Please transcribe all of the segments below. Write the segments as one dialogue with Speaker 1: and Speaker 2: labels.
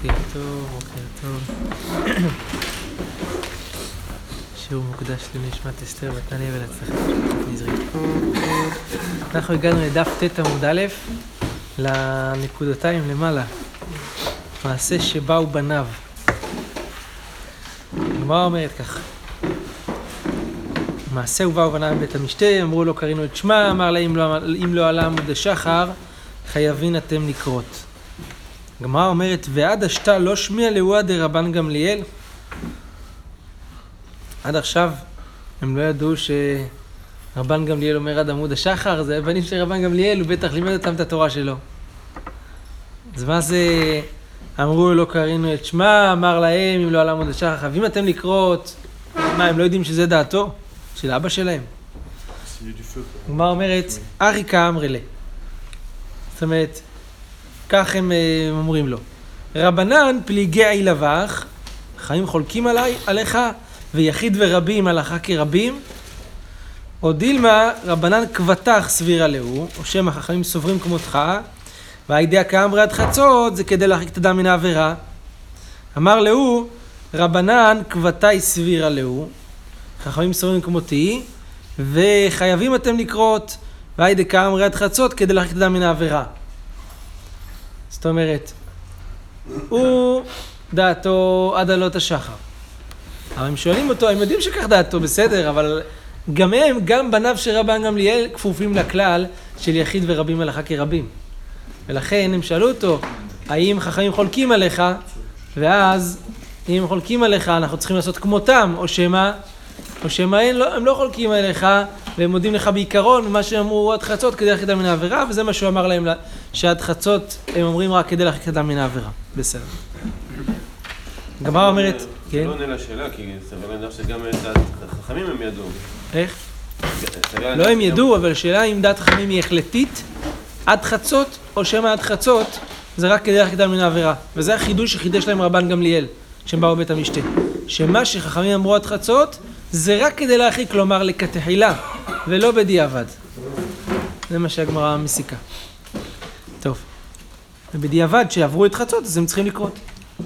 Speaker 1: בוקר טוב, בוקר טוב. שיעור מוקדש לנשמת אסתר בת נתניה ולהצלחת משפחת נזרי. אנחנו הגענו לדף ט' עמוד א', לנקודתיים למעלה. מעשה שבאו בניו. הגמרא אומרת כך: מעשה ובאו בניו בית המשתה, אמרו לו קראנו את שמה, אמר לה אם לא עלה עמוד השחר, חייבים אתם לקרות. הגמרא אומרת, ועד השתה לא שמיע להוא דרבן גמליאל. עד עכשיו הם לא ידעו שרבן גמליאל אומר עד עמוד השחר, זה הבנים של רבן גמליאל, הוא בטח לימד אותם את התורה שלו. אז מה זה, אמרו לא קראנו את שמה, אמר להם אם לא עלה עמוד השחר, חייבים אתם לקרות. מה, הם לא יודעים שזה דעתו? של אבא שלהם? הגמרא אומרת, אריקה אמרי לה. זאת אומרת, כך הם אומרים לו. רבנן פליגי לבך, חיים חולקים עליך, ויחיד ורבים הלכה כרבים, או דילמה רבנן כבטח סבירה להוא, או שם החכמים סוברים כמותך, והידיעה כאמרי עד חצות, זה כדי להרחיק את אדם מן העבירה. אמר להוא, רבנן כבטי סבירה להוא, חכמים סוברים כמותי, וחייבים אתם לקרות, והידיעה כאמרי עד חצות, כדי להרחיק את אדם מן העבירה. זאת אומרת, הוא דעתו עד עלות השחר. אבל הם שואלים אותו, הם יודעים שכך דעתו בסדר, אבל גם הם, גם בניו של רבן גמליאל, כפופים לכלל של יחיד ורבים הלכה כרבים. ולכן הם שאלו אותו, האם חכמים חולקים עליך? ואז, אם הם חולקים עליך, אנחנו צריכים לעשות כמותם, או שמה הם לא חולקים עליך, והם מודים לך בעיקרון, מה שהם אמרו עד חצות כדי להרחיק אדם מן העבירה, וזה מה שהוא אמר להם, שעד חצות הם אומרים רק כדי להרחיק אדם מן העבירה. בסדר. הגמרא אומרת, כן?
Speaker 2: זה לא עונה לשאלה, כי סביר להניח שגם את החכמים הם ידעו.
Speaker 1: איך? לא הם ידעו, אבל השאלה אם דעת חכמים היא החלטית עד חצות, או שמה עד חצות, זה רק כדי להרחיק אדם מן העבירה. וזה החידוש שחידש להם רבן גמליאל, כשהם באו בית המשתה. שמה שחכמים אמרו עד חצות, זה רק כדי להרחיק, כלומר לכתחילה, ולא בדיעבד. זה מה שהגמרא מסיקה. טוב. ובדיעבד שעברו את חצות, אז הם צריכים לקרות.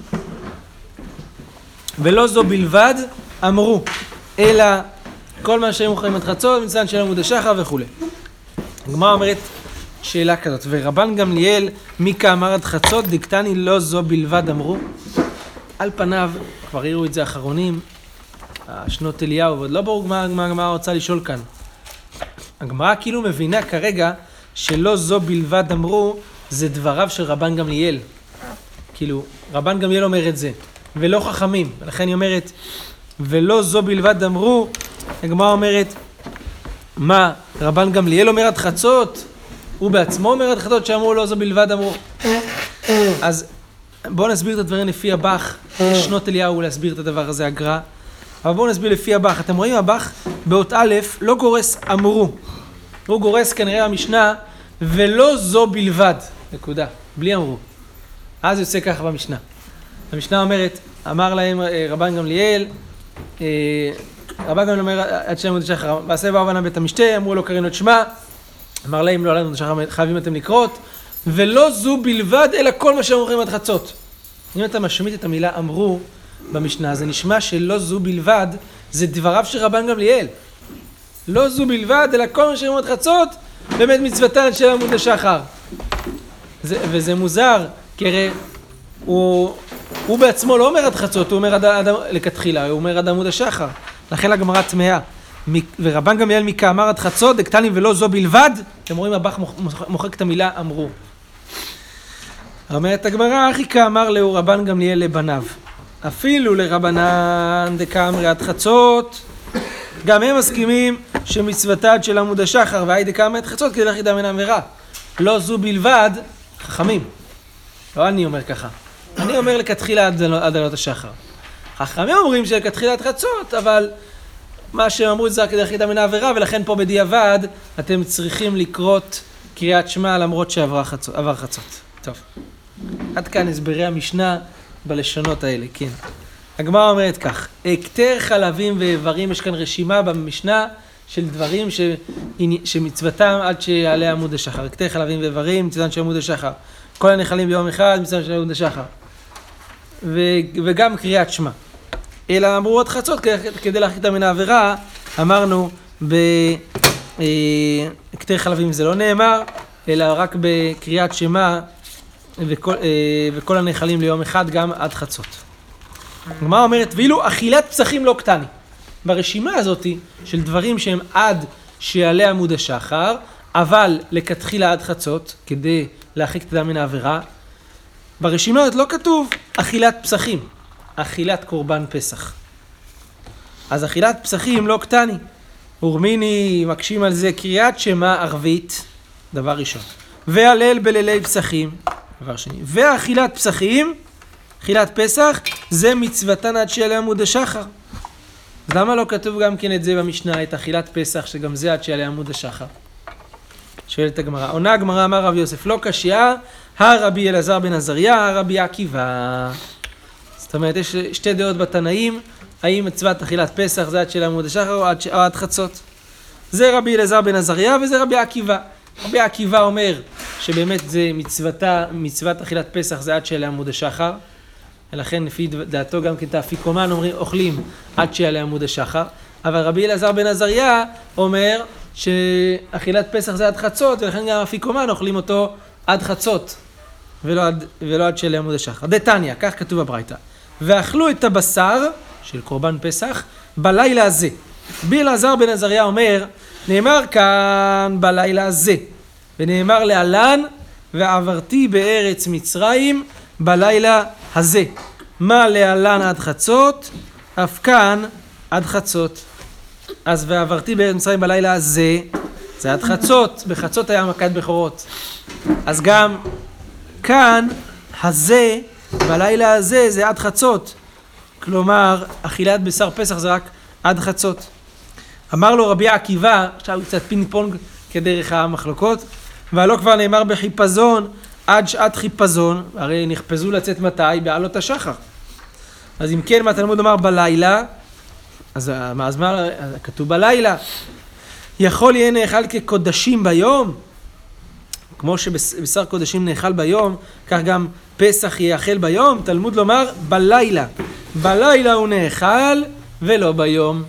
Speaker 1: ולא זו בלבד אמרו, אלא כל מה שהם מוכרים עד חצות, מצוין של עמוד השחר וכו'. הגמרא אומרת שאלה כזאת, ורבן גמליאל מיקה אמר עד חצות, דקטני לא זו בלבד אמרו. על פניו, כבר הראו את זה אחרונים, שנות אליהו, ועוד לא ברור מה הגמרא רוצה לשאול כאן. הגמרא כאילו מבינה כרגע שלא זו בלבד אמרו, זה דבריו של רבן גמליאל. כאילו, רבן גמליאל אומר את זה, ולא חכמים. ולכן היא אומרת, ולא זו בלבד אמרו, הגמרא אומרת, מה, רבן גמליאל אומר עד חצות? הוא בעצמו אומר עד חצות שאמרו לא זו בלבד אמרו. אז בואו נסביר את הדברים לפי הבח, שנות אליהו להסביר את הדבר הזה, הגר"א. אבל בואו נסביר לפי הבח. אתם רואים הבח באות א' לא גורס אמרו. הוא גורס כנראה המשנה, ולא זו בלבד. נקודה. בלי אמרו. אז יוצא ככה במשנה. המשנה אומרת, אמר להם רבן גמליאל, רבן גמליאל אומר עד שעמוד השחר, מעשה באו בניו בית המשתה, אמרו לו קראנו את שמה, אמר להם לא עלה עמוד השחר, חייבים אתם לקרות, ולא זו בלבד, אלא כל מה שהם אומרים עד חצות. אם אתה משמיט את המילה אמרו במשנה, זה נשמע שלא זו בלבד, זה דבריו של רבן גמליאל. לא זו בלבד, אלא כל מה שהם אומרים עד חצות, באמת מצוותן של עמוד השחר. וזה מוזר, כי הרי הוא בעצמו לא אומר עד חצות, הוא אומר לכתחילה, הוא אומר עד עמוד השחר. לכן הגמרא תמהה. ורבן גמליאל מיקה אמר עד חצות, דקטני ולא זו בלבד, אתם רואים הבח מוחק את המילה אמרו. אומרת הגמרא, אריקה אמר לו רבן גמליאל לבניו, אפילו לרבנן דקאמרי עד חצות, גם הם מסכימים שמצוותן של עמוד השחר והי דקאמרי עד חצות כדי להרחיק אדם מן העבירה. לא זו בלבד, חכמים. לא אני אומר ככה. אני אומר לכתחילה עד עלות השחר. חכמים אומרים שלכתחילה עד חצות, אבל מה שהם אמרו זה רק כדי להרחיק אדם מן העבירה, ולכן פה בדיעבד אתם צריכים לקרות קריאת שמע למרות שעבר חצות. טוב. עד כאן הסברי המשנה בלשונות האלה, כן. הגמרא אומרת כך, הקטר חלבים ואיברים, יש כאן רשימה במשנה של דברים שמצוותם עד שיעלה עמוד השחר. הקטר חלבים ואיברים, מצוותם של עמוד השחר. כל הנחלים ביום אחד, מצוותם של עמוד השחר. וגם קריאת שמע. אלא אמרו עוד חצות כדי להרחיק אותם מן העבירה, אמרנו בקטעי חלבים זה לא נאמר, אלא רק בקריאת שמע וכל הנאכלים ליום אחד גם עד חצות. הגמרא אומרת, ואילו אכילת פסחים לא קטני. ברשימה הזאת של דברים שהם עד שיעלה עמוד השחר, אבל לכתחילה עד חצות, כדי להרחיק את האדם מן העבירה, ברשימה הזאת לא כתוב אכילת פסחים, אכילת קורבן פסח. אז אכילת פסחים לא קטני. אורמיני מקשים על זה קריאת שמע ערבית, דבר ראשון. והלל בלילי פסחים, דבר שני. ואכילת פסחים, אכילת פסח, זה מצוותן עד שיעלה עמוד השחר. אז למה לא כתוב גם כן את זה במשנה, את אכילת פסח, שגם זה עד שיעלה עמוד השחר? שואלת הגמרא. עונה הגמרא, אמר רב יוסף, לא קשיא, הרבי אלעזר בן עזריה, הרבי עקיבא. זאת אומרת, יש שתי דעות בתנאים, האם מצוות אכילת פסח זה עד שיעלה עמוד השחר או עד חצות. זה רבי אלעזר בן עזריה וזה רבי עקיבא. רבי עקיבא אומר שבאמת זה מצוות אכילת פסח זה עד שיעלה עמוד השחר, ולכן לפי דעתו גם כן האפיקומן אוכלים עד שיעלה עמוד השחר, אבל רבי אלעזר בן עזריה אומר שאכילת פסח זה עד חצות, ולכן גם האפיקומן אוכלים אותו עד חצות ולא עד שיעלה עמוד השחר. דתניא, כך כתוב בברייתא, ואכלו את הבשר של קורבן פסח בלילה הזה. רבי אלעזר בן עזריה אומר, נאמר כאן בלילה הזה, ונאמר להלן, ועברתי בארץ מצרים בלילה הזה. מה להלן עד חצות? אף כאן עד חצות. אז ועברתי בארץ מצרים בלילה הזה, זה עד חצות, בחצות היה מכת בכורות. אז גם כאן, הזה, בלילה הזה, זה עד חצות. כלומר, אכילת בשר פסח זה רק עד חצות. אמר לו רבי עקיבא, עכשיו קצת פינג פונג כדרך המחלוקות, והלא כבר נאמר בחיפזון, עד שעת חיפזון, הרי נחפזו לצאת מתי? בעלות השחר. אז אם כן, מה תלמוד אומר בלילה, אז מה כתוב בלילה? יכול יהיה נאכל כקודשים ביום, כמו שבשר קודשים נאכל ביום, כך גם פסח יאכל ביום, תלמוד לומר בלילה. בלילה הוא נאכל ולא ביום.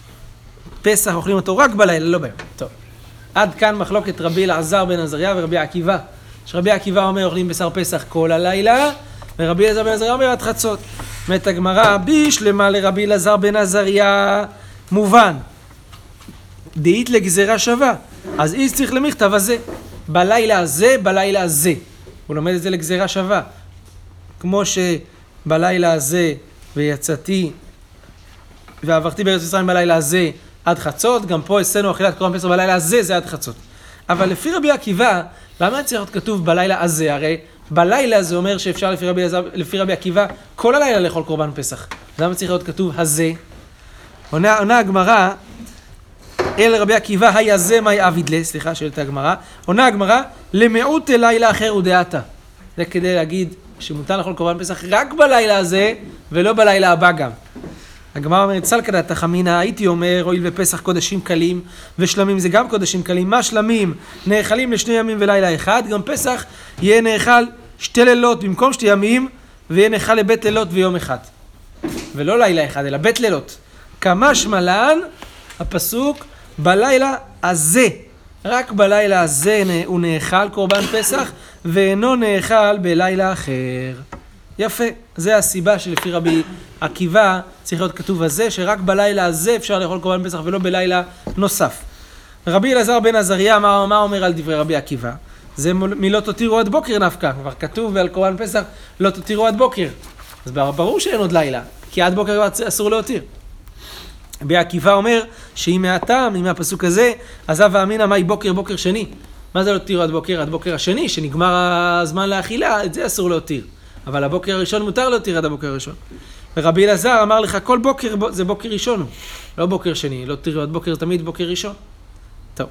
Speaker 1: פסח אוכלים אותו רק בלילה, לא ביום. טוב. עד כאן מחלוקת רבי אלעזר בן עזריה ורבי עקיבא. שרבי עקיבא אומר אוכלים בשר פסח כל הלילה, ורבי אלעזר בן עזריה אומר עד חצות. אומרת הגמרא, בישלמה לרבי אלעזר בן עזריה, מובן. דאית לגזרה שווה. אז איש צריך למכתב הזה. בלילה הזה, בלילה הזה. הוא לומד את זה לגזרה שווה. כמו שבלילה הזה ויצאתי ועברתי בארץ מצרים בלילה הזה עד חצות, גם פה עשינו אכילת קורבן פסח בלילה הזה, זה עד חצות. אבל לפי רבי עקיבא, למה צריך להיות כתוב בלילה הזה? הרי בלילה זה אומר שאפשר לפי רבי עקיבא כל הלילה לאכול קורבן פסח. למה צריך להיות כתוב הזה? עונה הגמרא, אל רבי עקיבא היה זה מי אבידלה, סליחה, שואלת הגמרא. עונה הגמרא, למיעוט לילה אחר ודעתה. זה כדי להגיד שמותר לאכול קורבן פסח רק בלילה הזה ולא בלילה הבא גם. הגמרא אומרת, סלקא דתחמינא, הייתי אומר, הואיל ופסח קודשים קלים, ושלמים זה גם קודשים קלים, מה שלמים נאכלים לשני ימים ולילה אחד, גם פסח יהיה נאכל שתי לילות במקום שתי ימים, ויהיה נאכל לבית לילות ויום אחד. ולא לילה אחד, אלא בית לילות. כמה שמלן, הפסוק, בלילה הזה, רק בלילה הזה הוא נאכל קורבן פסח, ואינו נאכל בלילה אחר. יפה, זה הסיבה שלפי רבי עקיבא צריך להיות כתוב הזה, שרק בלילה הזה אפשר לאכול קורבן פסח ולא בלילה נוסף. רבי אלעזר בן עזריה, מה אומר על דברי רבי עקיבא? זה מלא תותירו עד בוקר נפקא, כבר כתוב על קורבן פסח לא תותירו עד בוקר. אז ברור שאין עוד לילה, כי עד בוקר אסור להותיר. רבי עקיבא אומר שאם מהטעם, אם מהפסוק הזה, אז הווה אמינא מאי בוקר בוקר שני. מה זה לא תותירו עד בוקר? עד בוקר השני, שנגמר הזמן לאכילה, את זה אסור להותיר. אבל הבוקר הראשון מותר להותיר עד הבוקר הראשון. ורבי אלעזר אמר לך, כל בוקר זה בוקר ראשון, לא בוקר שני, לא תראו עד בוקר, תמיד בוקר ראשון. טוב.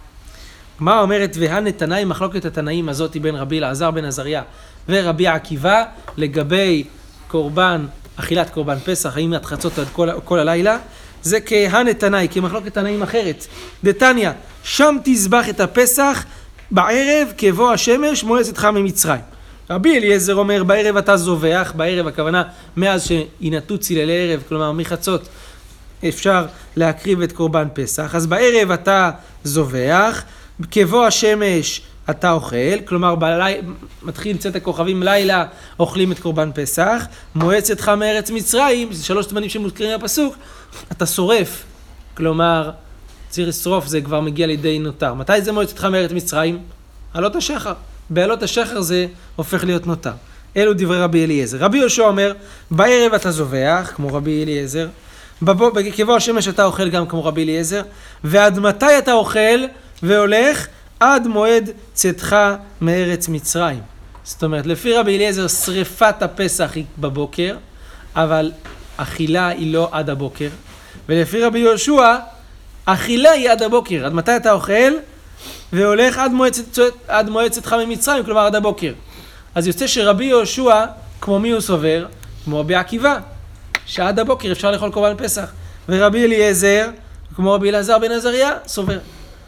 Speaker 1: מה אומרת, והנתנאי, מחלוקת התנאים הזאת בין רבי אלעזר בן עזריה ורבי עקיבא, לגבי קורבן, אכילת קורבן פסח, האם עד חצות עד כל הלילה, זה כהנתנאי, כמחלוקת תנאים אחרת. דתניא, שם תזבח את הפסח בערב כבוא השמש מועצתך ממצרים. רבי אליעזר אומר, בערב אתה זובח, בערב הכוונה מאז שינתו ציללי ערב, כלומר מחצות אפשר להקריב את קורבן פסח, אז בערב אתה זובח, כבוא השמש אתה אוכל, כלומר מתחיל צאת הכוכבים לילה, אוכלים את קורבן פסח, מועצתך מארץ מצרים, זה 3 זמנים שמוזכרים בפסוק, אתה שורף, כלומר צריך לשרוף, זה כבר מגיע לידי נותר. מתי זה מועצתך מארץ מצרים? עלות השחר. בעלות השחר זה הופך להיות נותר. אלו דברי רבי אליעזר. רבי יהושע אומר, בערב אתה זובח, כמו רבי אליעזר, כבוא השמש אתה אוכל גם כמו רבי אליעזר, ועד מתי אתה אוכל והולך? עד מועד צאתך מארץ מצרים. זאת אומרת, לפי רבי אליעזר, שריפת הפסח היא בבוקר, אבל אכילה היא לא עד הבוקר. ולפי רבי יהושע, אכילה היא עד הבוקר. עד מתי אתה אוכל? והולך עד מועד צאתך ממצרים, כלומר עד הבוקר. אז יוצא שרבי יהושע, כמו מי הוא סובר? כמו רבי עקיבא, שעד הבוקר אפשר לאכול קורבן פסח. ורבי אליעזר, כמו רבי אלעזר בן עזריה, סובר.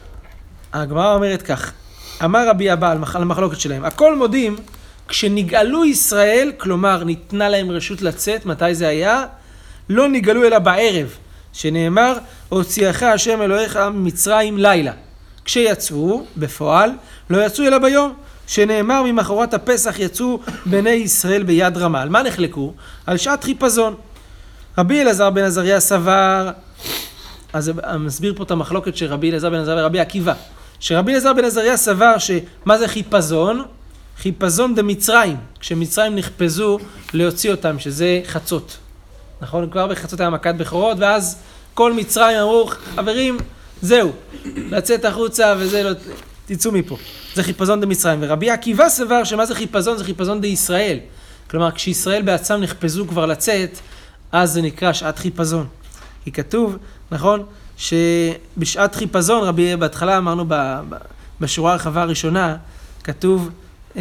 Speaker 1: הגמרא אומרת כך, אמר רבי אבא על המחלוקת שלהם, הכל מודים כשנגאלו ישראל, כלומר ניתנה להם רשות לצאת, מתי זה היה? לא נגאלו אלא בערב, שנאמר, הוציאך השם אלוהיך ממצרים לילה. כשיצאו, בפועל, לא יצאו אלא ביום, שנאמר ממחרת הפסח יצאו בני ישראל ביד רמה. על מה נחלקו? על שעת חיפזון. רבי אלעזר בן עזריה סבר, אז מסביר פה את המחלוקת של רבי אלעזר בן עזריה ורבי עקיבא, שרבי אלעזר בן עזריה סבר שמה זה חיפזון? חיפזון דמצרים, כשמצרים נחפזו להוציא אותם, שזה חצות. נכון? כבר בחצות היה מכת בכורות, ואז כל מצרים אמרו, חברים, זהו, לצאת החוצה וזה לא, תצאו מפה. זה חיפזון דמצרים. ורבי עקיבא סבר שמה זה חיפזון? זה חיפזון דישראל. כלומר, כשישראל בעצם נחפזו כבר לצאת, אז זה נקרא שעת חיפזון. כי כתוב, נכון, שבשעת חיפזון, רבי, בהתחלה אמרנו בשורה הרחבה הראשונה, כתוב,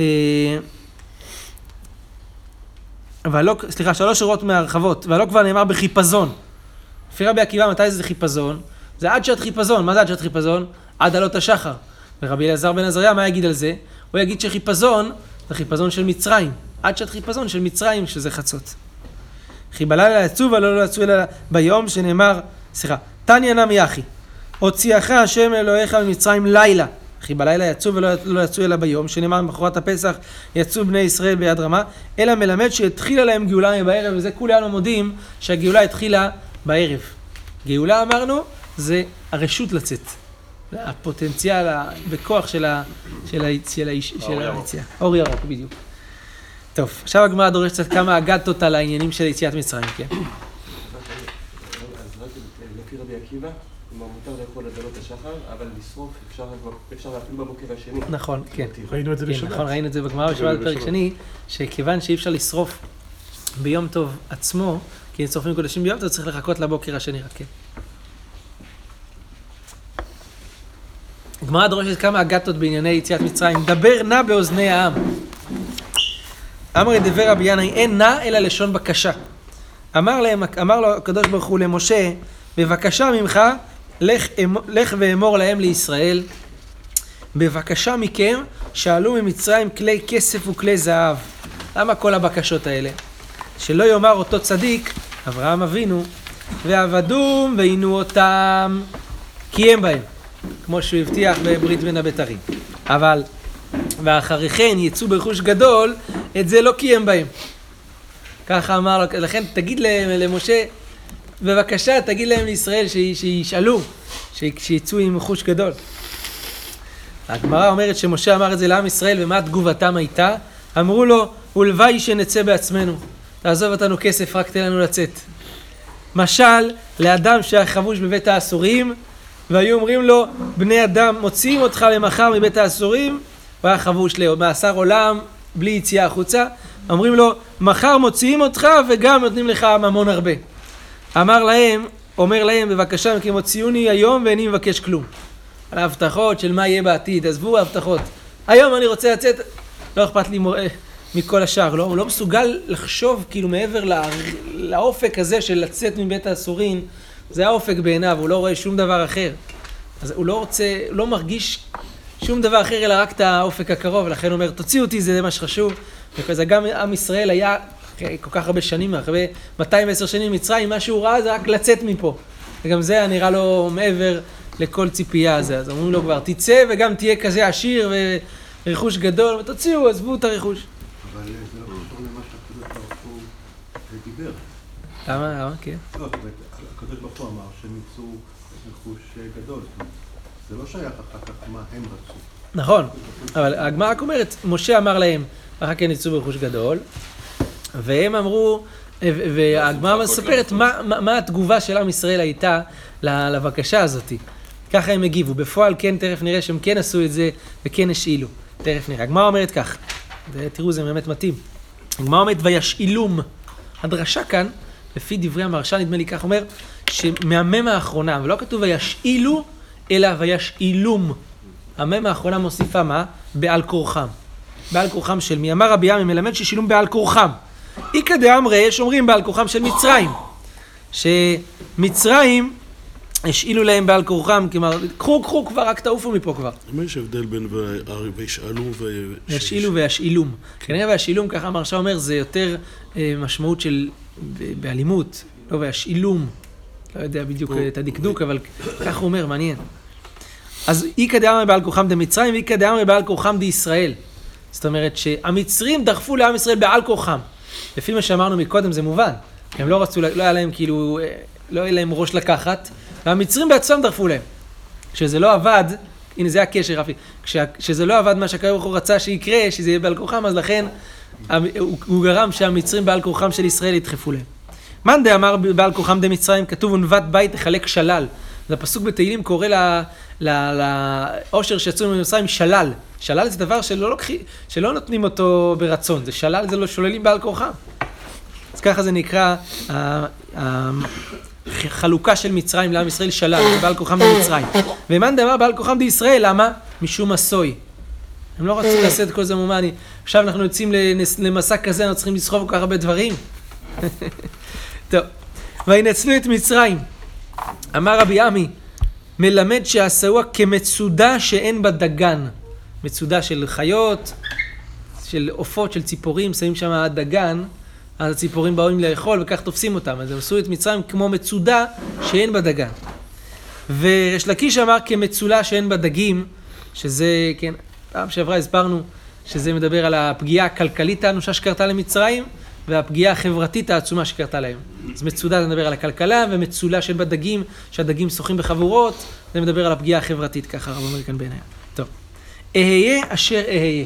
Speaker 1: סליחה, 3 שורות מהרחבות, ולא כבר נאמר בחיפזון. לפי רבי עקיבא, מתי זה חיפזון? זה עד שעת חיפזון. מה זה עד שעת חיפזון? עד עלות השחר. ורבי אלעזר בן עזריה, מה יגיד על זה? הוא יגיד שחיפזון זה חיפזון של מצרים. עד שעת חיפזון של מצרים, שזה חצות. חיבלה יצאו ולא לא יצאו אלא ביום, שנאמר, תניא נמי אחי, הוציאך השם אלוהיך ממצרים לילה. חיבלילה יצאו ולא לא יצאו אלא ביום, שנאמר במחרת הפסח יצאו בני ישראל ביד רמה, אלא מלמד שהתחילה להם גאולה בערב, וזה כולנו מודים שהגאולה התחילה בערב. גאולה אמרנו, זה הרשות לצאת. הפוטנציאל בכוח של היציאה. אור ירוק, בדיוק. טוב, עכשיו הגמרא דורשת קצת כמה אגדות על העניינים של יציאת מצרים, כן?
Speaker 3: אז רק לפי רבי עקיבא, כלומר מותר לאכול עד עלות השחר, אבל לשרוף אפשר להפעיל בבוקר השני.
Speaker 1: נכון, כן.
Speaker 4: ראינו את זה בשבת.
Speaker 1: נכון, ראינו את זה בגמרא בשבת בפרק שני, שכיוון שאי אפשר לשרוף ביום טוב עצמו, כי שורפים קודשים ביום טוב, צריך לחכות לבוקר השני רק, כן. הגמרא דורשת כמה אגדות בענייני יציאת מצרים. דבר נא באוזני העם. אמר דבר רבי ינאי, אין נא אלא לשון בקשה. אמר לו הקדוש ברוך הוא למשה, בבקשה ממך, לך ואמור להם לישראל, בבקשה מכם, שאלו ממצרים כלי כסף וכלי זהב. למה כל הבקשות האלה? שלא יאמר אותו צדיק, אברהם אבינו, ועבדום ועינו אותם, קיים בהם, כמו שהוא הבטיח בברית בין הבתרים. אבל, ואחרי כן יצאו ברכוש גדול, את זה לא קיים בהם. ככה אמר לו, לכן תגיד למשה, בבקשה תגיד להם לישראל שישאלו, שיצאו עם רכוש גדול. הגמרא אומרת שמשה אמר את זה לעם ישראל, ומה תגובתם הייתה? אמרו לו, ולוואי שנצא בעצמנו, תעזוב אותנו כסף, רק תן לנו לצאת. משל, לאדם שהיה חבוש בבית האסורים, והיו אומרים לו, בני אדם מוציאים אותך למחר מבית האסורים, הוא היה חבוש למאסר עולם, בלי יציאה החוצה, אומרים לו, מחר מוציאים אותך וגם נותנים לך ממון הרבה. אומר להם, בבקשה מכם הוציאוני היום ואיני מבקש כלום. על ההבטחות של מה יהיה בעתיד, עזבו ההבטחות. היום אני רוצה לצאת, לא אכפת לי מכל השאר, לא? הוא לא מסוגל לחשוב כאילו מעבר לאופק הזה של לצאת מבית האסורים, זה האופק בעיניו, הוא לא רואה שום דבר אחר. אז הוא לא מרגיש שום דבר אחר אלא רק את האופק הקרוב, לכן הוא אומר, תוציאו אותי, זה מה שחשוב, וכזה גם עם ישראל היה כל כך הרבה שנים, אחרי 210 שנים מצרים, מה שהוא ראה זה רק לצאת מפה. וגם זה היה נראה לו מעבר לכל ציפייה הזה. אז אומרים לו כבר, תצא וגם תהיה כזה עשיר ורכוש גדול, ותוציאו, עזבו את הרכוש.
Speaker 4: אבל זה לא קשור למה שהקדוש ברוך הוא דיבר.
Speaker 1: למה? כן.
Speaker 4: לא, הקדוש ברוך הוא אמר שהם יצאו רכוש גדול. זה לא שייך אחר כך מה הם רצו.
Speaker 1: נכון, אבל הגמרא רק אומרת, משה אמר להם, אחר כן יצאו ברכוש גדול, והם אמרו, והגמרא מספרת מה התגובה של עם ישראל הייתה לבקשה הזאת. ככה הם הגיבו. בפועל כן, תכף נראה שהם כן עשו את זה וכן השאילו. תכף נראה. הגמרא אומרת כך, תראו זה באמת מתאים. הגמרא אומרת וישאילום. הדרשה כאן, לפי דברי המהרש"ל נדמה לי כך אומר, שמהמם האחרונה, ולא כתוב וישאילו, אלא וישאילום. המם האחרונה מוסיפה מה? בעל כורחם. בעל כורחם של מי? אמר רבי עמי מלמד ששילום בעל כורחם. איקא דאמרי שאומרים בעל כורחם של מצרים. שמצרים השאילו להם בעל כורחם, כלומר, קחו כבר, רק תעופו מפה כבר.
Speaker 5: מה יש הבדל בין וישאלו
Speaker 1: וישאילו וישאילום. כנראה וישאילום, ככה המהרש"ל אומר, זה יותר משמעות של באלימות, לא וישאילום. לא יודע בדיוק את הדקדוק, אבל כך הוא אומר, מעניין. אז איקא דאמרי בעל כורחם דמצרים, ואיקא דאמרי בעל כורחם דישראל. זאת אומרת שהמצרים דחפו לעם ישראל בעל כורחם. לפי מה שאמרנו מקודם זה מובן. הם לא רצו, לא היה להם כאילו, לא היה להם ראש לקחת, והמצרים בעצמם דחפו להם. כשזה לא עבד, הנה זה הקשר רפי, כשזה לא עבד מה שהקדוש ברוך הוא רצה שיקרה, שזה יהיה בעל כורחם, אז לכן הוא גרם שהמצרים בעל כורחם של ישראל ידחפו להם. מאן דאמר בעל כורחם דמצרים, כתוב ונבט בית תחלק שלל. זה הפסוק בתהילים קורא לעושר שיצאו ממצרים שלל. שלל זה דבר שלא נותנים אותו ברצון, זה שלל, זה לא שוללים בעל כורחם. אז ככה זה נקרא חלוקה של מצרים לעם ישראל שלל, זה בעל כורחם במצרים. ומאן דאמר בעל כורחם בישראל, למה? משום מסוי. הם לא רצו לעשות כל זה מומני. עכשיו אנחנו יוצאים למסע כזה, אנחנו צריכים לסחוב כל כך הרבה דברים. טוב, וינצלו את מצרים. אמר רבי עמי, מלמד שעשאוה כמצודה שאין בה דגן. מצודה של חיות, של עופות, של ציפורים, שמים שם דגן, אז הציפורים באים לאכול וכך תופסים אותם. אז הם עשו את מצרים כמו מצודה שאין בה דגן. וריש לקיש אמר כמצולה שאין בה דגים, שזה, כן, פעם שעברה הסברנו שזה מדבר על הפגיעה הכלכלית האנושה שקרתה למצרים, והפגיעה החברתית העצומה שקרתה להם. אז מצודה זה מדבר על הכלכלה, ומצולה שאין בה דגים, שהדגים שוחים בחבורות, זה מדבר על הפגיעה החברתית, ככה הרב אומר כאן בעיניי. טוב. אהיה אשר אהיה.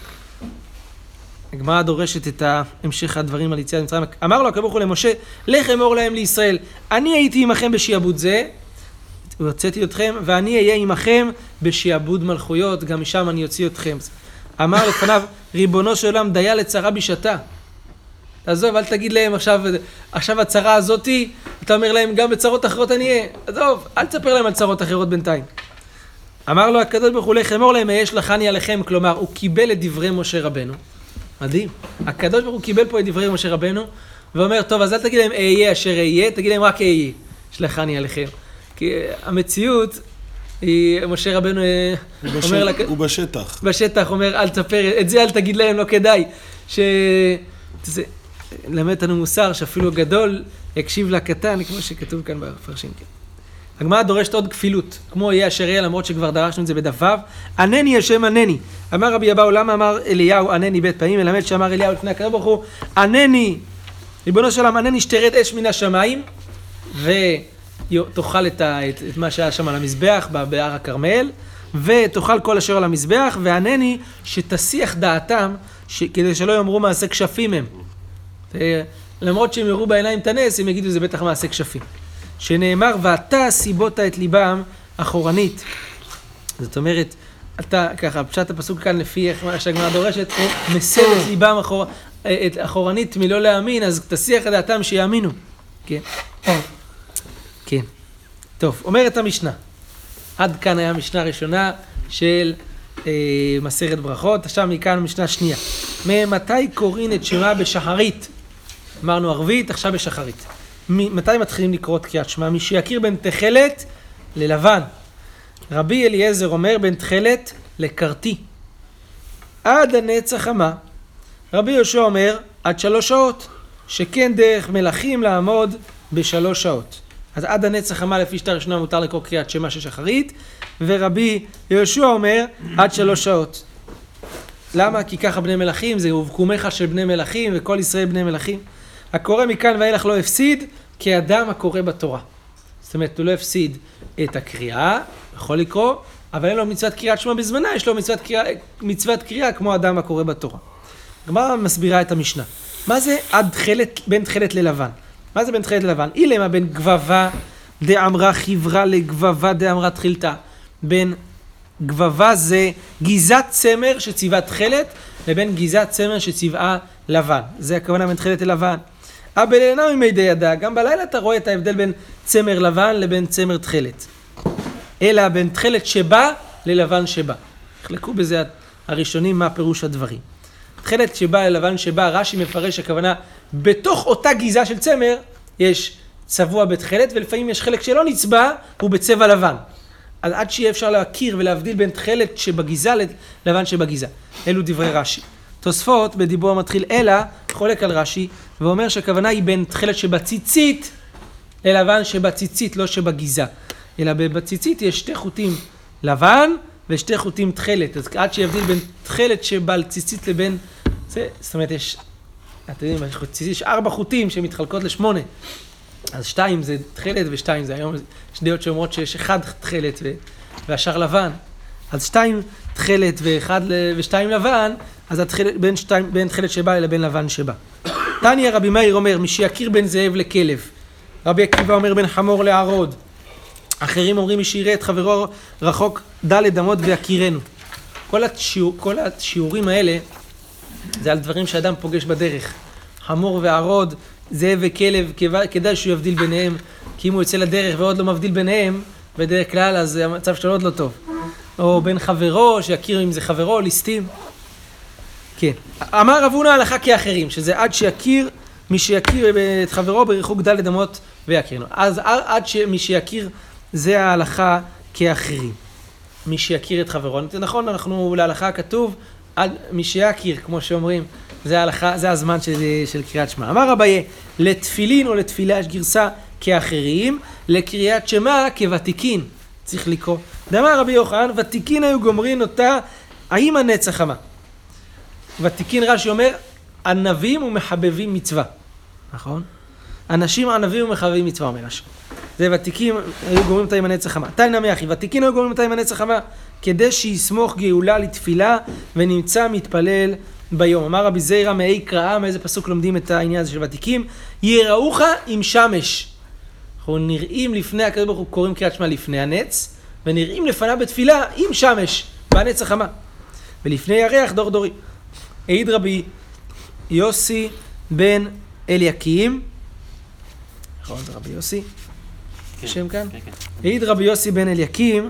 Speaker 1: הגמרא דורשת את המשך הדברים על יציאת מצרים. אמר לו הקדוש ברוך הוא למשה, לך אמור להם לישראל, אני הייתי עמכם בשיעבוד זה, והוצאתי אתכם, ואני אהיה עמכם בשיעבוד מלכויות, גם משם אני אוציא אתכם. אמר לפניו, ריבונו של עולם, דיה לצרה בשעתה. עזוב, אל תגיד להם עכשיו הצרה הזאתי, אתה אומר להם גם בצרות אחרות אני אהיה. עזוב, אל תספר להם על צרות אחרות בינתיים. אמר לו הקדוש ברוך הוא, לך אמור להם, יש לכני עליכם, כלומר, הוא קיבל את דברי משה רבנו. מדהים. הקדוש ברוך הוא קיבל פה את דברי משה רבנו, ואומר, טוב, אז אל תגיד להם אהיה אשר אהיה, תגיד להם רק אהיה, שלחני עליכם. כי המציאות, משה רבנו אומר...
Speaker 5: הוא בשטח.
Speaker 1: בשטח, אומר, אל תספר, את זה אל תגיד להם, לא כדאי. למד לנו מוסר שאפילו הגדול יקשיב לקטן, כמו שכתוב כאן בפרשים. הגמרא דורשת עוד כפילות, כמו יהיה אשר יהיה, למרות שכבר דרשנו את זה בדפיו. ענני השם ענני. אמר רבי אבאו, למה אמר אליהו ענני בית פעמים? מלמד שאמר אליהו לפני הקדוש ברוך הוא, ענני, ריבונו של עולם, ענני שתרד אש מן השמיים, ותאכל את מה שהיה שם על המזבח בהר הכרמל, ותאכל כל אשר על המזבח, וענני שתסיח דעתם, כדי שלא יאמרו מעשה כשפים הם. למרות שהם יראו בעיניים את הנס, הם יגידו זה בטח מעשה כשפים. שנאמר, ואתה סיבות את ליבם אחורנית. זאת אומרת, אתה, ככה, פשט הפסוק כאן לפי איך שהגמרא דורשת, מסב את ליבם אחורנית מלא להאמין, אז תסיח את דעתם שיאמינו. כן. כן. טוב, אומרת המשנה. עד כאן היה משנה ראשונה של מסכת ברכות, עכשיו מכאן משנה שנייה. ממתי קוראים את שמה בשחרית? אמרנו ערבית, עכשיו בשחרית. מתי מתחילים לקרוא את קריאת שמע? מי שיכיר בין תכלת ללבן. רבי אליעזר אומר בין תכלת לקרתי. עד הנצח המה. רבי יהושע אומר, עד 3 שעות, שכן דרך מלכים לעמוד ב3 שעות. אז עד הנץ החמה לפי שטר ראשונה מותר לקרוא קריאת שמע של שחרית, ורבי יהושע אומר, עד 3 שעות. למה? כי ככה בני מלכים, זה ובקומך של בני מלכים, וכל ישראל בני מלכים. הקורא מכאן ואילך לא הפסיד, כאדם הקורא בתורה. זאת אומרת, הוא לא הפסיד את הקריאה, יכול לקרוא, אבל אין לו מצוות קריאת שמע בזמנה, יש לו מצוות קריאה כמו אדם הקורא בתורה. הגמרא מסבירה את המשנה. מה זה בין תכלת ללבן? מה זה בין תכלת ללבן? אילמה בין גבבה דאמרה חברה לגבבה דאמרה תחילתה. בין גבבה זה גיזת צמר שצבעה תכלת, לבין גיזת צמר שצבעה לבן. זה הכוונה בין תכלת ללבן. אבל אינה ממידי ידע, גם בלילה אתה רואה את ההבדל בין צמר לבן לבין צמר תכלת. אלא בין תכלת שבא ללבן שבא. החלקו בזה הראשונים מה פירוש הדברים. תכלת שבא ללבן שבא, רש"י מפרש הכוונה, בתוך אותה גיזה של צמר יש צבוע בתכלת, ולפעמים יש חלק שלא נצבע, הוא בצבע לבן. אז עד שיהיה אפשר להכיר ולהבדיל בין תכלת שבגיזה ללבן שבגיזה. אלו דברי רש"י. תוספות בדיבור המתחיל אלא חולק על רש"י, ואומר שהכוונה היא בין תכלת שבציצית ללבן שבציצית, לא שבגיזה. אלא בציצית יש 2 חוטים לבן ו2 חוטים תכלת. אז עד שיבדיל בין תכלת שבא לציצית לבין זה, זאת אומרת יש, אתם יודעים, יש 4 חוטים שמתחלקות ל8. אז 2 זה תכלת ו2 זה היום, יש דעות שאומרות שיש 1 תכלת והשאר לבן. אז 2 תכלת ו2 לבן, אז בין תכלת שבא לבין לבן שבא. תניא רבי מאיר אומר, מי שיכיר בין זאב לכלב. רבי עקיבא אומר בין חמור לערוד. אחרים אומרים מי שיראה את חברו רחוק ד' אמות ויכירנו. כל השיעורים האלה זה על דברים שאדם פוגש בדרך. חמור וערוד, זאב וכלב, כדאי שהוא יבדיל ביניהם, כי אם הוא יוצא לדרך ועוד לא מבדיל ביניהם, בדרך כלל אז המצב שלו עוד לא טוב. או בין חברו, שיכיר אם זה חברו, ליסטים. כן. אמר רב הונא הלכה כאחרים, שזה עד שיכיר, מי שיכיר את חברו ברחוק ד' אמות ויכירנו. אז עד שמי שיכיר זה ההלכה כאחרים. מי שיכיר את חברו. נכון, אנחנו להלכה כתוב, מי שיכיר, כמו שאומרים, זה ההלכה, זה הזמן של קריאת שמע. אמר רביי, לתפילין או לתפילה יש גרסה כאחרים, לקריאת שמע כוותיקין. צריך לקרוא. דאמר רבי יוחנן, ותיקין היו גומרין אותה, האם הנצח חמה? ותיקין רש"י אומר, ענבים ומחבבים מצווה. נכון? אנשים ענבים ומחבבים מצווה, אומר רש"י. זה ותיקים היו גומרים אותה עם הנצח חמה. תניא מאחי, ותיקין היו גומרים אותה עם הנצח חמה, כדי שיסמוך גאולה לתפילה ונמצא מתפלל ביום. אמר רבי זיירא מאי קראה, מאיזה פסוק לומדים את העניין הזה של ותיקים? יראוך עם שמש. אנחנו נראים לפני, הקדוש ברוך הוא קוראים קריאת שמע לפני הנץ, ונראים לפניו בתפילה עם שמש, בנצח חמה. ולפני ירח דור דורי. העיד רבי יוסי בן אליקים, נכון, זה רבי יוסי, שם כאן? העיד רבי יוסי בן אליקים,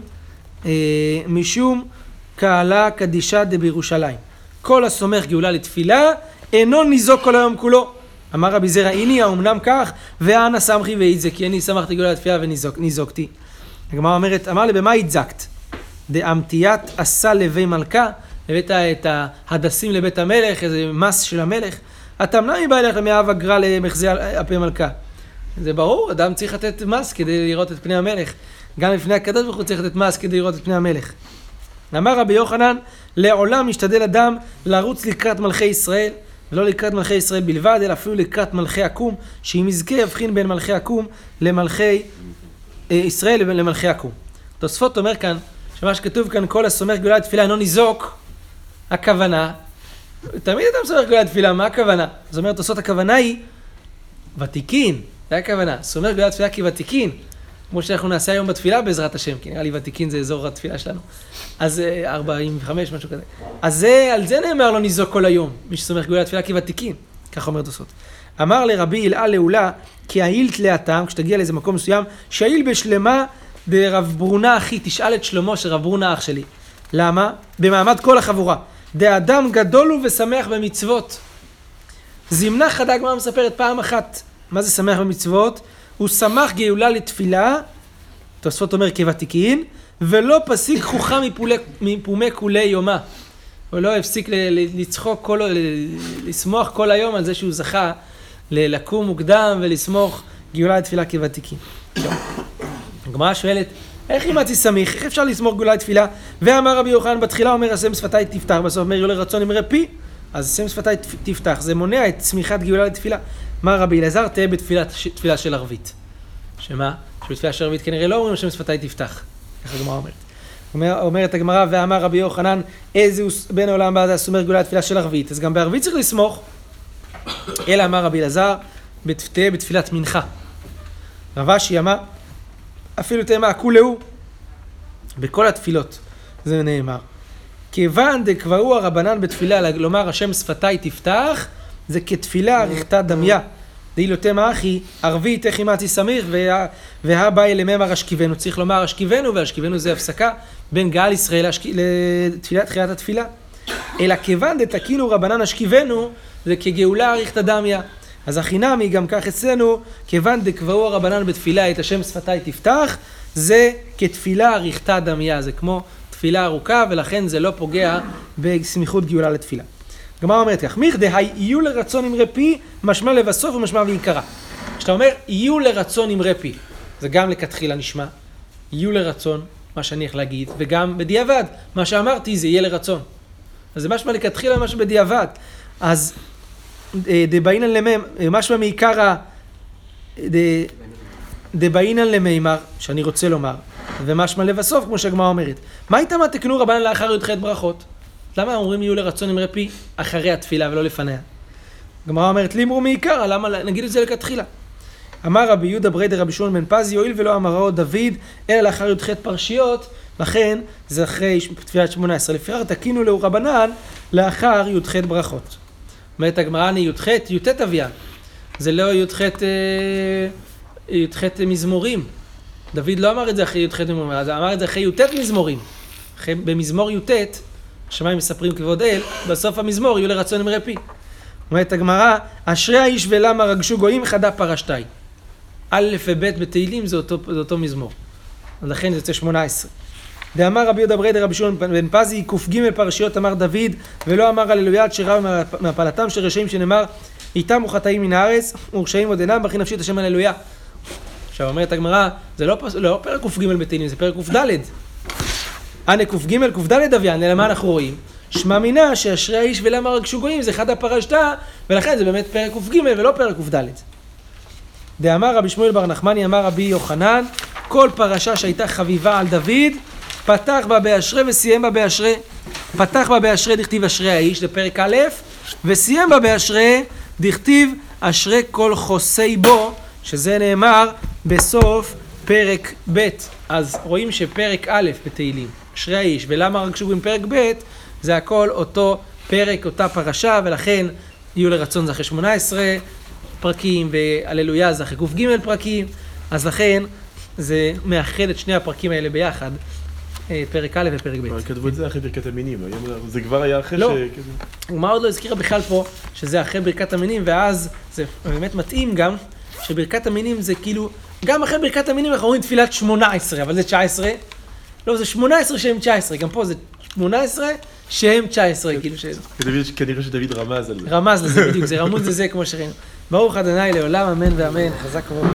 Speaker 1: משום קהלה קדישה דבירושלים. כל הסומך גאולה לתפילה, אינו ניזוק כל היום כולו. אמר רבי זרע, הנה האומנם כך, ואנה סמכי והעיד זה, כי אני שמחתי גאולה לתפילה וניזוקתי. הגמרא אומרת, אמר לי, במה התזקת? דאמתיית עשה לבי מלכה, הבאת את ההדסים לבית המלך, איזה מס של המלך, התמנה מבא אלך למאהב הגרא למחזי אפי מלכה. זה ברור, אדם צריך לתת מס כדי לראות את פני המלך. גם לפני הקדוש ברוך הוא צריך לתת מס כדי לראות את פני המלך. אמר רבי יוחנן, לעולם משתדל אדם לרוץ לקראת מלכי ישראל, ולא לקראת מלכי ישראל בלבד, אלא אפילו לקראת מלכי עקום, שאם יזכה יבחין בין מלכי עקום למלכי ישראל לבין למלכי עקום. תוספות אומר כאן, שמה שכתוב כאן, כל הסומך גאולה לתפילה אינו ניזוק, הכוונה, תמיד אדם סומך גאולה לתפילה, מה הכוונה? זאת אומרת, תוספות הכוונה היא ותיקין, זה הכוונה, סומך גאולה לתפילה כוותיקין, כמו שאנחנו נעשה היום בתפילה בעזרת השם, כי נראה לי ותיקין זה אזור התפילה שלנו. אז 45, משהו כזה. אז על זה נאמר לו ניזוק כל היום, מי שסומך גאולה לתפילה כוותיקין, כך אומר תוספות. אמר לרבי הילאה לעולה, כי ההילת להטעם, כשתגיע לאיזה מקום מסוים, שהיל בשלמה ברב ברונה אחי, תשאל את שלמה של רב ברונה אח שלי. למה? במעמד כל החבורה. דאדם גדול הוא ושמח במצוות. זמנה חדה גמרא מספרת פעם אחת, מה זה שמח במצוות? הוא שמח גאולה לתפילה, תוספות אומר כוותיקין, ולא פסיק חוכה מפומי כולי יומה. הוא לא הפסיק לצחוק, לשמוח כל היום על זה שהוא זכה לקום מוקדם ולסמוך גאולה לתפילה כוותיקים. הגמרא שואלת, איך אימצי סמיך? איך אפשר לסמוך גאולה לתפילה? ואמר רבי יוחנן בתחילה אומר, השם שפתיי תפתח, בסוף אומר, יהיו לרצון אמרי פי, אז השם שפתיי תפתח, זה מונע את צמיחת גאולה לתפילה. מה רבי אלעזר? תהיה בתפילה של ערבית. שמה? שבתפילה של ערבית כנראה לא אומרים, השם שפתיי תפתח. איך הגמרא אומרת? אומרת הגמרא, ואמר רבי יוחנן, איזה בין העולם הבא סומר גאולה לתפילה של ערבית. אז גם בערבית צריך לסמוך. אלא אמר רבי אלעזר, תהיה בתפילת מנחה. רב אשי אמר, אפילו תאמה כולהו, בכל התפילות, זה נאמר. כיוון דקבעו הרבנן בתפילה, לומר השם שפתיי תפתח, זה כתפילה אריכתא דמיא. דאילו תאמה אחי, ערבית איך אימצי סמיך, והבא לממר אשכיבנו. צריך לומר אשכיבנו, ואשכיבנו זה הפסקה בין גאל ישראל לתחילת התפילה. אלא כיוון דתקינו רבנן אשכיבנו, זה כגאולה אריכתא דמיא. אז החינמי גם כך אצלנו, כיוון דקבעו הרבנן בתפילה את השם שפתיי תפתח, זה כתפילה אריכתא דמיא, זה כמו תפילה ארוכה, ולכן זה לא פוגע בסמיכות גאולה לתפילה. הגמרא אומרת כך, מכדהי יהיו לרצון אמרי פי, משמע לבסוף ומשמע ועיקרה. כשאתה אומר יהיו לרצון אמרי פי, זה גם לכתחילה נשמע, יהיו לרצון, מה שאני איך להגיד, וגם בדיעבד, מה שאמרתי זה יהיה לרצון. אז זה משמע לכתחילה, משמע בדיעבד. אז דבעינן למם, משמע מעיקרא, דבעינן למימר, שאני רוצה לומר, ומשמע לבסוף, כמו שהגמרא אומרת. מה איתם תקנו רבנן לאחר י"ח ברכות? למה אומרים יהיו לרצון אמרי פי אחרי התפילה ולא לפניה? הגמרא אומרת, לימרו מעיקרא, למה נגיד את זה לכתחילה? אמר רבי יהודה בריידא רבי שמעון בן פזי, יואיל ולא אמרו דוד, אלא לאחר י"ח פרשיות, לכן זה אחרי תפילת 18. לפיכך תקינו לו רבנן לאחר י"ח ברכות. אומרת הגמרא י"ח, י"ט אביה. זה לא י"ח מזמורים. דוד לא אמר את זה אחרי י"ח מזמורים, אז אמר את זה אחרי י"ט מזמורים. במזמור י"ט, השמיים מספרים כבוד אל, בסוף המזמור יהיו לרצון אמרי פי. אומרת הגמרא, אשרי האיש ולמה רגשו גויים חדה פרשתיים. א' וב' בתהילים זה אותו מזמור. לכן זה יוצא 18. דאמר רבי יהודה בריידא רבי שמעון בן פזי, ק"ג פרשיות אמר דוד, ולא אמר הללויה עד שרב מהפלתם של רשעים שנאמר, איתם וחטאים מן הארץ, ורשעים עוד אינם, בכי נפשי את השם הללויה. עכשיו אומרת הגמרא, זה לא פרק ק"ג בתהילים, זה פרק ק"ד. אנה ק"ג ק"ד אביין, אלא מה אנחנו רואים? שמע מינה שאשרי האיש ולמה רגשו גויים זה חדה פרשתא, ולכן זה באמת פרק ק"ג ולא פרק ק"ד. דאמר רבי שמואל בר נחמני אמר רבי יוחנן, כל פרשה שהייתה חביבה על דוד, פתח בה באשרי וסיים בה באשרי. פתח בה באשרי דכתיב אשרי האיש, זה פרק א', וסיים בה באשרי דכתיב אשרי כל חוסי בו, שזה נאמר בסוף פרק ב'. אז רואים שפרק א' בתהילים, אשרי האיש, ולמה רגשו עם פרק ב', זה הכל אותו פרק, אותה פרשה, ולכן יהיו לרצון זה אחרי 18 פרקים, והללויה זה אחרי ק"ג פרקים, אז לכן זה מאחד את שני הפרקים האלה ביחד, פרק א' ופרק ב'.
Speaker 2: כתבו את זה אחרי ברכת המינים, זה כבר היה אחרי
Speaker 1: לא, מה עוד לא הזכירה בכלל פה, שזה אחרי ברכת המינים, ואז זה באמת מתאים גם, שברכת המינים זה כאילו, גם אחרי ברכת המינים אנחנו אומרים תפילת 18, אבל זה 19, לא, זה 18 שהם 19, גם פה זה 18 שהם 19, כאילו ש...
Speaker 2: כנראה שדוד רמז על זה.
Speaker 1: רמז לזה בדיוק, זה רמוז לזה כמו שראינו. ברוך ה' לעולם, אמן ואמן, חזק וברוך.